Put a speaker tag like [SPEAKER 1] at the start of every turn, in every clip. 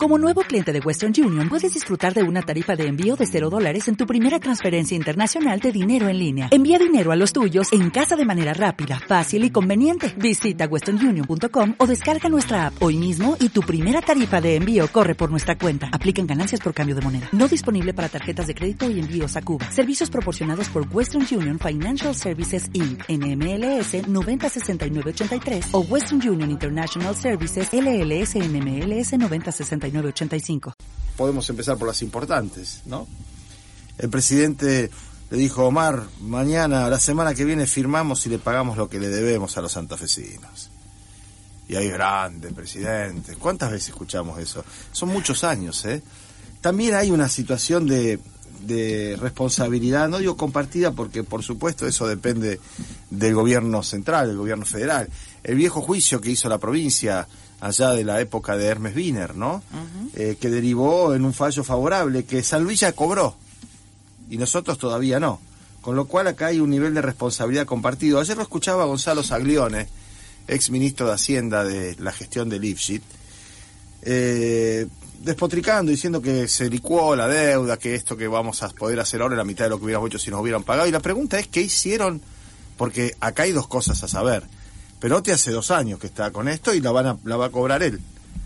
[SPEAKER 1] Como nuevo cliente de Western Union, puedes disfrutar de una tarifa de envío de $0 en tu primera transferencia internacional de dinero en línea. Envía dinero a los tuyos en casa de manera rápida, fácil y conveniente. Visita westernunion.com o descarga nuestra app hoy mismo y tu primera tarifa de envío corre por nuestra cuenta. Aplican ganancias por cambio de moneda. No disponible para tarjetas de crédito y envíos a Cuba. Servicios proporcionados por Western Union Financial Services Inc. NMLS 906983 o Western Union International Services LLS NMLS 906985.
[SPEAKER 2] Podemos empezar por las importantes, ¿no? El presidente le dijo: Omar, mañana, la semana que viene firmamos y le pagamos lo que le debemos a los santafesinos. Y ahí, grande presidente. ¿Cuántas veces escuchamos eso? Son muchos años, ¿eh? También hay una situación de responsabilidad, no digo compartida, porque por supuesto eso depende del gobierno central, del gobierno federal. El viejo juicio que hizo la provincia allá de la época de Hermes Wiener, ¿no? Uh-huh. Que derivó en un fallo favorable, que San Luis ya cobró, y nosotros todavía no. Con lo cual acá hay un nivel de responsabilidad compartido. Ayer lo escuchaba a Gonzalo Saglione, ex ministro de Hacienda de la gestión de Lifshitz, despotricando, diciendo que se licuó la deuda, que esto que vamos a poder hacer ahora es la mitad de lo que hubiéramos hecho si nos hubieran pagado. Y la pregunta es, ¿qué hicieron? Porque acá hay dos cosas a saber. Perotti hace 2 años que está con esto y la va a cobrar él.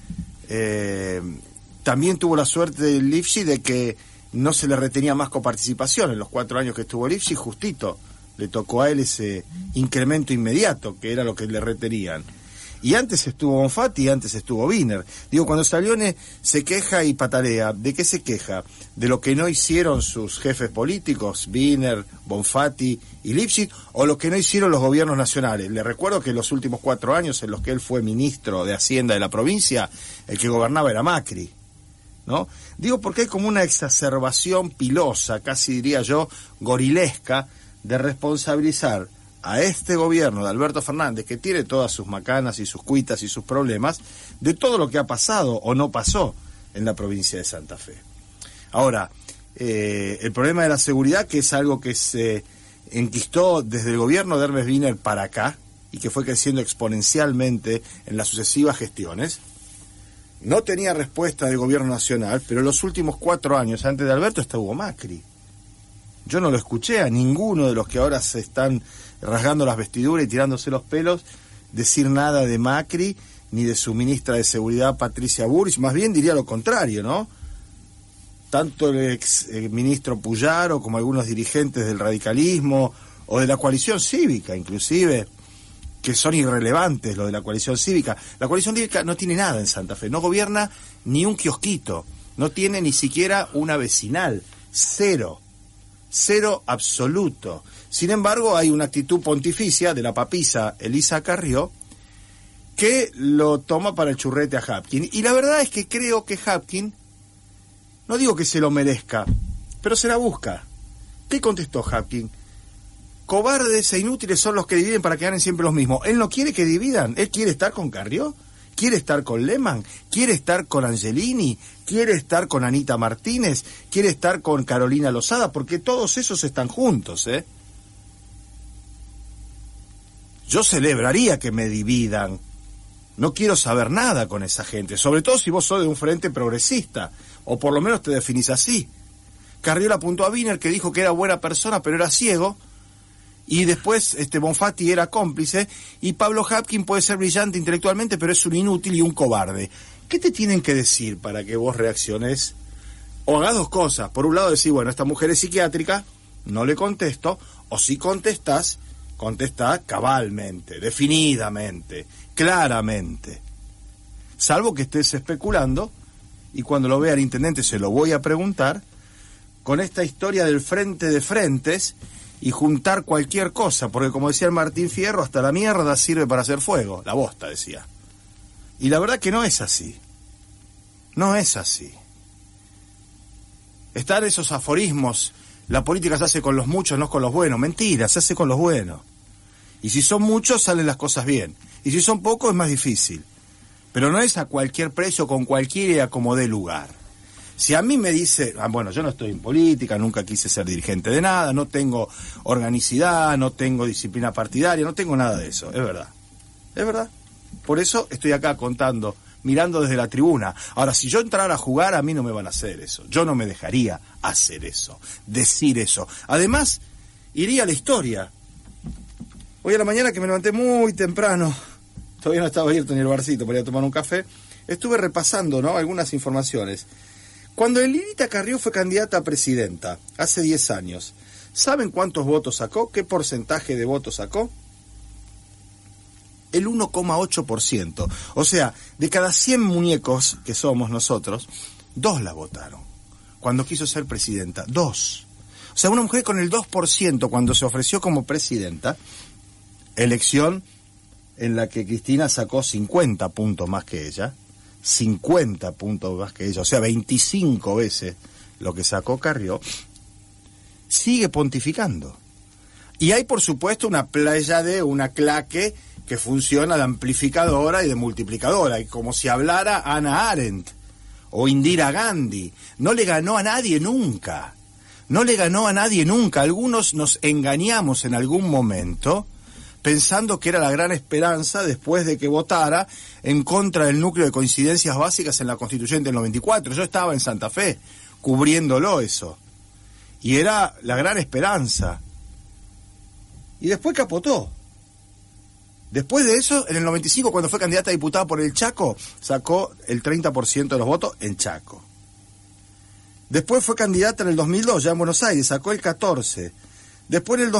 [SPEAKER 2] También tuvo la suerte de Lifshitz de que no se le retenía más coparticipación. En los 4 años que estuvo Lifshitz, justito le tocó a él ese incremento inmediato, que era lo que le retenían. Y antes estuvo Bonfatti y antes estuvo Wiener. Digo, cuando Saglione se queja y patalea, ¿de qué se queja? ¿De lo que no hicieron sus jefes políticos, Wiener, Bonfatti y Lifshitz, o lo que no hicieron los gobiernos nacionales? Le recuerdo que los últimos 4 años en los que él fue ministro de Hacienda de la provincia, el que gobernaba era Macri, ¿no? Digo, porque hay como una exacerbación pilosa, casi diría yo, gorilesca, de responsabilizar a este gobierno de Alberto Fernández, que tiene todas sus macanas y sus cuitas y sus problemas, de todo lo que ha pasado o no pasó en la provincia de Santa Fe. Ahora, el problema de la seguridad, que es algo que se enquistó desde el gobierno de Hermes Wiener para acá, y que fue creciendo exponencialmente en las sucesivas gestiones, no tenía respuesta del gobierno nacional, pero en los últimos 4 años, antes de Alberto, estuvo Macri. Yo no lo escuché a ninguno de los que ahora se están rasgando las vestiduras y tirándose los pelos decir nada de Macri ni de su ministra de Seguridad Patricia Bullrich. Más bien diría lo contrario, ¿no? Tanto el ex ministro Puyaro como algunos dirigentes del radicalismo o de la coalición cívica inclusive, que son irrelevantes lo de la coalición cívica. La coalición cívica no tiene nada en Santa Fe, no gobierna ni un kiosquito, no tiene ni siquiera una vecinal, cero absoluto. Sin embargo, hay una actitud pontificia de la papisa Elisa Carrió que lo toma para el churrete a Habkin. Y la verdad es que creo que Habkin, no digo que se lo merezca, pero se la busca. ¿Qué contestó Habkin? Cobardes e inútiles son los que dividen para que ganen siempre los mismos. Él no quiere que dividan, él quiere estar con Carrió, quiere estar con Lehmann, quiere estar con Angelini, quiere estar con Anita Martínez, quiere estar con Carolina Lozada, porque todos esos están juntos, ¿eh? Yo celebraría que me dividan. No quiero saber nada con esa gente, sobre todo si vos sos de un frente progresista, o por lo menos te definís así. Carrió apuntó a Wiener, que dijo que era buena persona, pero era ciego, y después Bonfatti era cómplice, y Pablo Habkin puede ser brillante intelectualmente, pero es un inútil y un cobarde. ¿Qué te tienen que decir para que vos reacciones? O hagas 2 cosas. Por un lado decir, bueno, esta mujer es psiquiátrica, no le contesto, o si contestás, contestá cabalmente, definidamente, claramente. Salvo que estés especulando, y cuando lo vea el intendente se lo voy a preguntar, con esta historia del frente de frentes y juntar cualquier cosa, porque como decía el Martín Fierro, hasta la mierda sirve para hacer fuego, la bosta decía. Y la verdad que no es así. No es así. Están esos aforismos, la política se hace con los muchos, no con los buenos. Mentira, se hace con los buenos. Y si son muchos, salen las cosas bien. Y si son pocos, es más difícil. Pero no es a cualquier precio, con cualquiera como dé lugar. Si a mí me dice, bueno, yo no estoy en política, nunca quise ser dirigente de nada, no tengo organicidad, no tengo disciplina partidaria, no tengo nada de eso, es verdad. Es verdad. Por eso estoy acá contando mirando desde la tribuna. Ahora, si yo entrara a jugar, a mí no me van a hacer eso. Yo no me dejaría hacer eso, decir eso. Además, iría a la historia. Hoy a la mañana, que me levanté muy temprano, todavía no estaba abierto ni el barcito para ir a tomar un café, estuve repasando, ¿no?, algunas informaciones. Cuando Lilita Carrió fue candidata a presidenta, hace 10 años, ¿saben cuántos votos sacó? ¿Qué porcentaje de votos sacó? El 1,8%. O sea, de cada 100 muñecos que somos nosotros, 2 la votaron. Cuando quiso ser presidenta, 2. O sea, una mujer con el 2% cuando se ofreció como presidenta, elección en la que Cristina sacó 50 puntos más que ella, 50 puntos más que ella, o sea, 25 veces lo que sacó Carrió, sigue pontificando. Y hay, por supuesto, una playa de una claque que funciona de amplificadora y de multiplicadora, y como si hablara Hannah Arendt o Indira Gandhi. No le ganó a nadie nunca. No le ganó a nadie nunca. Algunos nos engañamos en algún momento pensando que era la gran esperanza después de que votara en contra del núcleo de coincidencias básicas en la Constituyente del 94. Yo estaba en Santa Fe cubriéndolo eso. Y era la gran esperanza. Y después capotó. Después de eso, en el 95, cuando fue candidata a diputada por el Chaco, sacó el 30% de los votos en Chaco. Después fue candidata en el 2002, ya en Buenos Aires, sacó el 14%. Después en el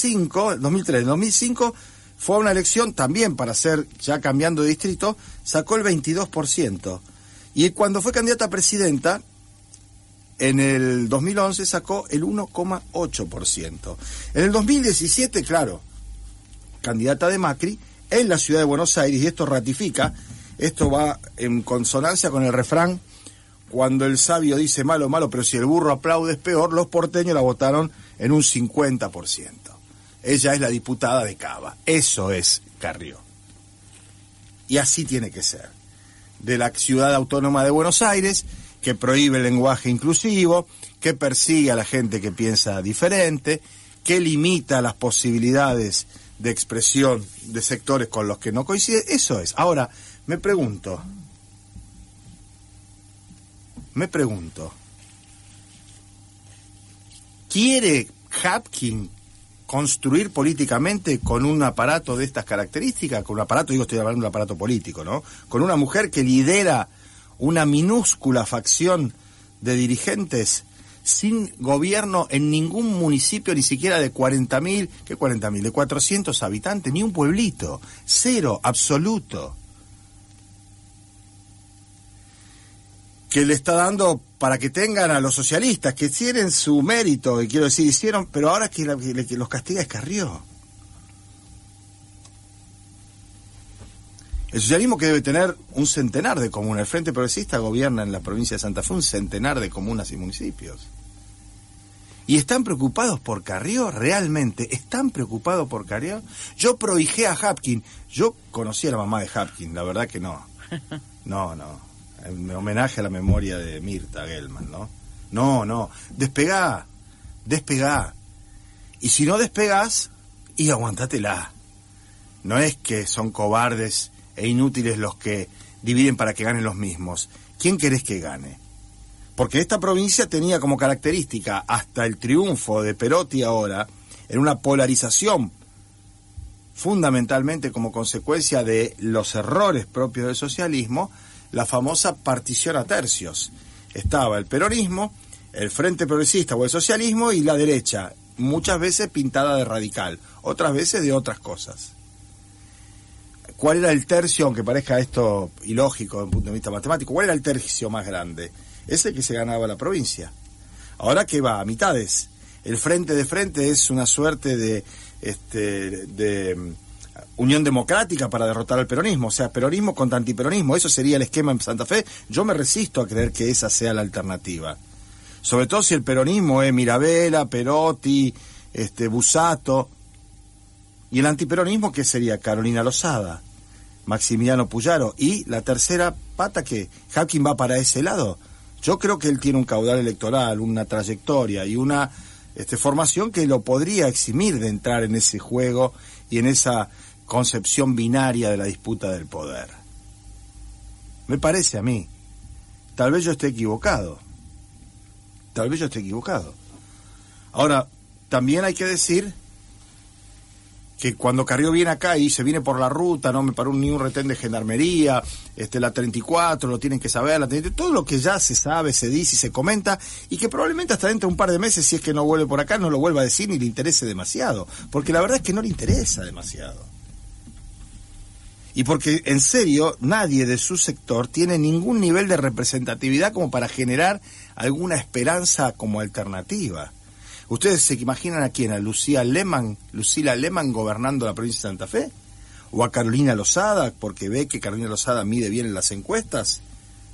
[SPEAKER 2] 2005 fue a una elección también para ser, ya cambiando de distrito, sacó el 22%. Y cuando fue candidata a presidenta, en el 2011 sacó el 1,8%. En el 2017, claro, candidata de Macri en la ciudad de Buenos Aires, y esto ratifica, esto va en consonancia con el refrán, cuando el sabio dice malo, malo, pero si el burro aplaude es peor. Los porteños la votaron en un 50%. Ella es la diputada de Cava. Eso es Carrió. Y así tiene que ser. De la ciudad autónoma de Buenos Aires, que prohíbe el lenguaje inclusivo, que persigue a la gente que piensa diferente, que limita las posibilidades de expresión de sectores con los que no coincide. Eso es. Ahora, me pregunto, ¿quiere Hapkin construir políticamente con un aparato de estas características? Con un aparato, estoy hablando de un aparato político, ¿no? Con una mujer que lidera una minúscula facción de dirigentes sin gobierno en ningún municipio, ni siquiera de 40.000, ¿qué 40.000? De 400 habitantes, ni un pueblito, cero, absoluto. Que le está dando para que tengan a los socialistas, que tienen su mérito, y quiero decir, hicieron, pero ahora que los castiga es Carrió. El socialismo, que debe tener un centenar de comunas. El Frente Progresista gobierna en la provincia de Santa Fe un centenar de comunas y municipios. ¿Y están preocupados por Carrió? ¿Realmente están preocupados por Carrió? Yo prohijé a Hapkin. Yo conocí a la mamá de Hapkin, la verdad que no. No. En homenaje a la memoria de Mirta Gelman, ¿no? No. Despegá. Y si no despegás, y aguantátela. No es que son cobardes e inútiles los que dividen para que ganen los mismos. ¿Quién querés que gane? Porque esta provincia tenía como característica, hasta el triunfo de Perotti ahora, en una polarización, fundamentalmente como consecuencia de los errores propios del socialismo, la famosa partición a tercios. Estaba el peronismo, el Frente Progresista o el socialismo, y la derecha, muchas veces pintada de radical, otras veces de otras cosas. ¿Cuál era el tercio, aunque parezca esto ilógico desde un punto de vista matemático, cuál era el tercio más grande? Ese que se ganaba la provincia. Ahora que va a mitades. El frente de frente es una suerte de unión democrática para derrotar al peronismo, o sea, peronismo contra antiperonismo. Eso sería el esquema en Santa Fe. Yo me resisto a creer que esa sea la alternativa, sobre todo si el peronismo es Mirabella, Perotti, Busato, y el antiperonismo, ¿qué sería? Carolina Lozada, Maximiliano Puyaro, y la tercera pata, que Hapkin va para ese lado. Yo creo que él tiene un caudal electoral, una trayectoria y una formación que lo podría eximir de entrar en ese juego y en esa concepción binaria de la disputa del poder. Me parece a mí. Tal vez yo esté equivocado. Ahora, también hay que decir que cuando Carrió viene acá y se viene por la ruta, no me paró ni un retén de gendarmería, la 34, lo tienen que saber, la 33, todo lo que ya se sabe, se dice y se comenta, y que probablemente hasta dentro de un par de meses, si es que no vuelve por acá, no lo vuelva a decir ni le interese demasiado, porque la verdad es que no le interesa demasiado. Y porque, en serio, nadie de su sector tiene ningún nivel de representatividad como para generar alguna esperanza como alternativa. ¿Ustedes se imaginan a quién? ¿A Lucila Lehmann gobernando la provincia de Santa Fe? ¿O a Carolina Lozada, porque ve que Carolina Lozada mide bien en las encuestas?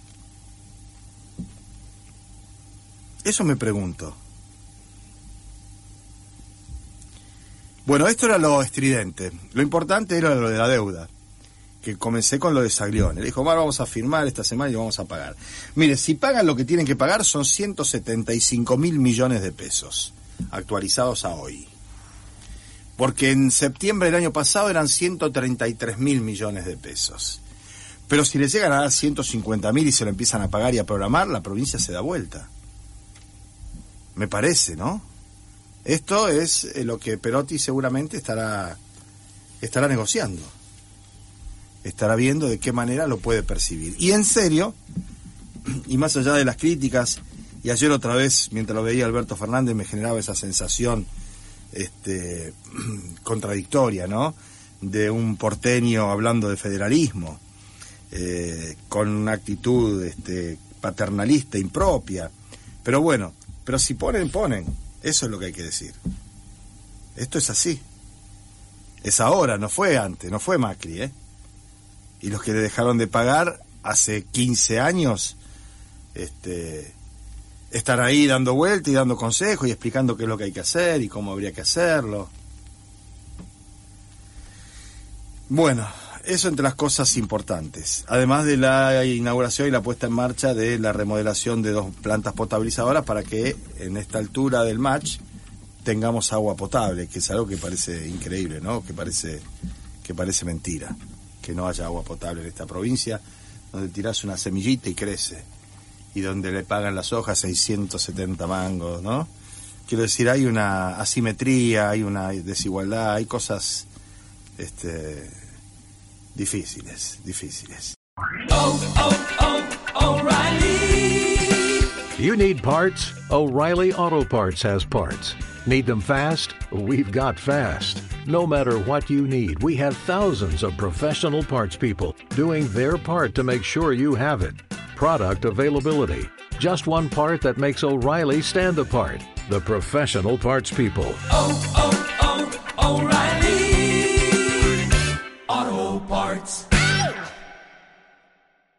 [SPEAKER 2] Eso me pregunto. Bueno, esto era lo estridente. Lo importante era lo de la deuda, que comencé con lo de Saglione. Le dijo, vamos a firmar esta semana y vamos a pagar. Mire, si pagan lo que tienen que pagar son 175.000 millones de pesos, actualizados a hoy. Porque en septiembre del año pasado eran 133.000 millones de pesos. Pero si le llegan a dar 150.000 y se lo empiezan a pagar y a programar, la provincia se da vuelta. Me parece, ¿no? Esto es lo que Perotti seguramente estará negociando. Estará viendo de qué manera lo puede percibir. Y en serio, y más allá de las críticas, y ayer otra vez, mientras lo veía Alberto Fernández, me generaba esa sensación contradictoria, ¿no? De un porteño hablando de federalismo, con una actitud paternalista, impropia. Pero bueno, pero si ponen. Eso es lo que hay que decir. Esto es así. Es ahora, no fue antes, no fue Macri, ¿eh? Y los que le dejaron de pagar hace 15 años, están ahí dando vuelta y dando consejos y explicando qué es lo que hay que hacer y cómo habría que hacerlo. Bueno, eso entre las cosas importantes. Además de la inauguración y la puesta en marcha de la remodelación de 2 plantas potabilizadoras para que en esta altura del match tengamos agua potable, que es algo que parece increíble, ¿no? Que parece mentira, que no haya agua potable en esta provincia, donde tirás una semillita y crece, y donde le pagan las hojas 670 mangos, ¿no? Quiero decir, hay una asimetría, hay una desigualdad, hay cosas difíciles.
[SPEAKER 3] O'Reilly. You need parts? O'Reilly Auto Parts has parts. Need them fast? We've got fast. No matter what you need, we have thousands of professional parts people doing their part to make sure you have it. Product availability. Just one part that makes O'Reilly stand apart. The professional parts people.
[SPEAKER 4] O'Reilly Auto Parts.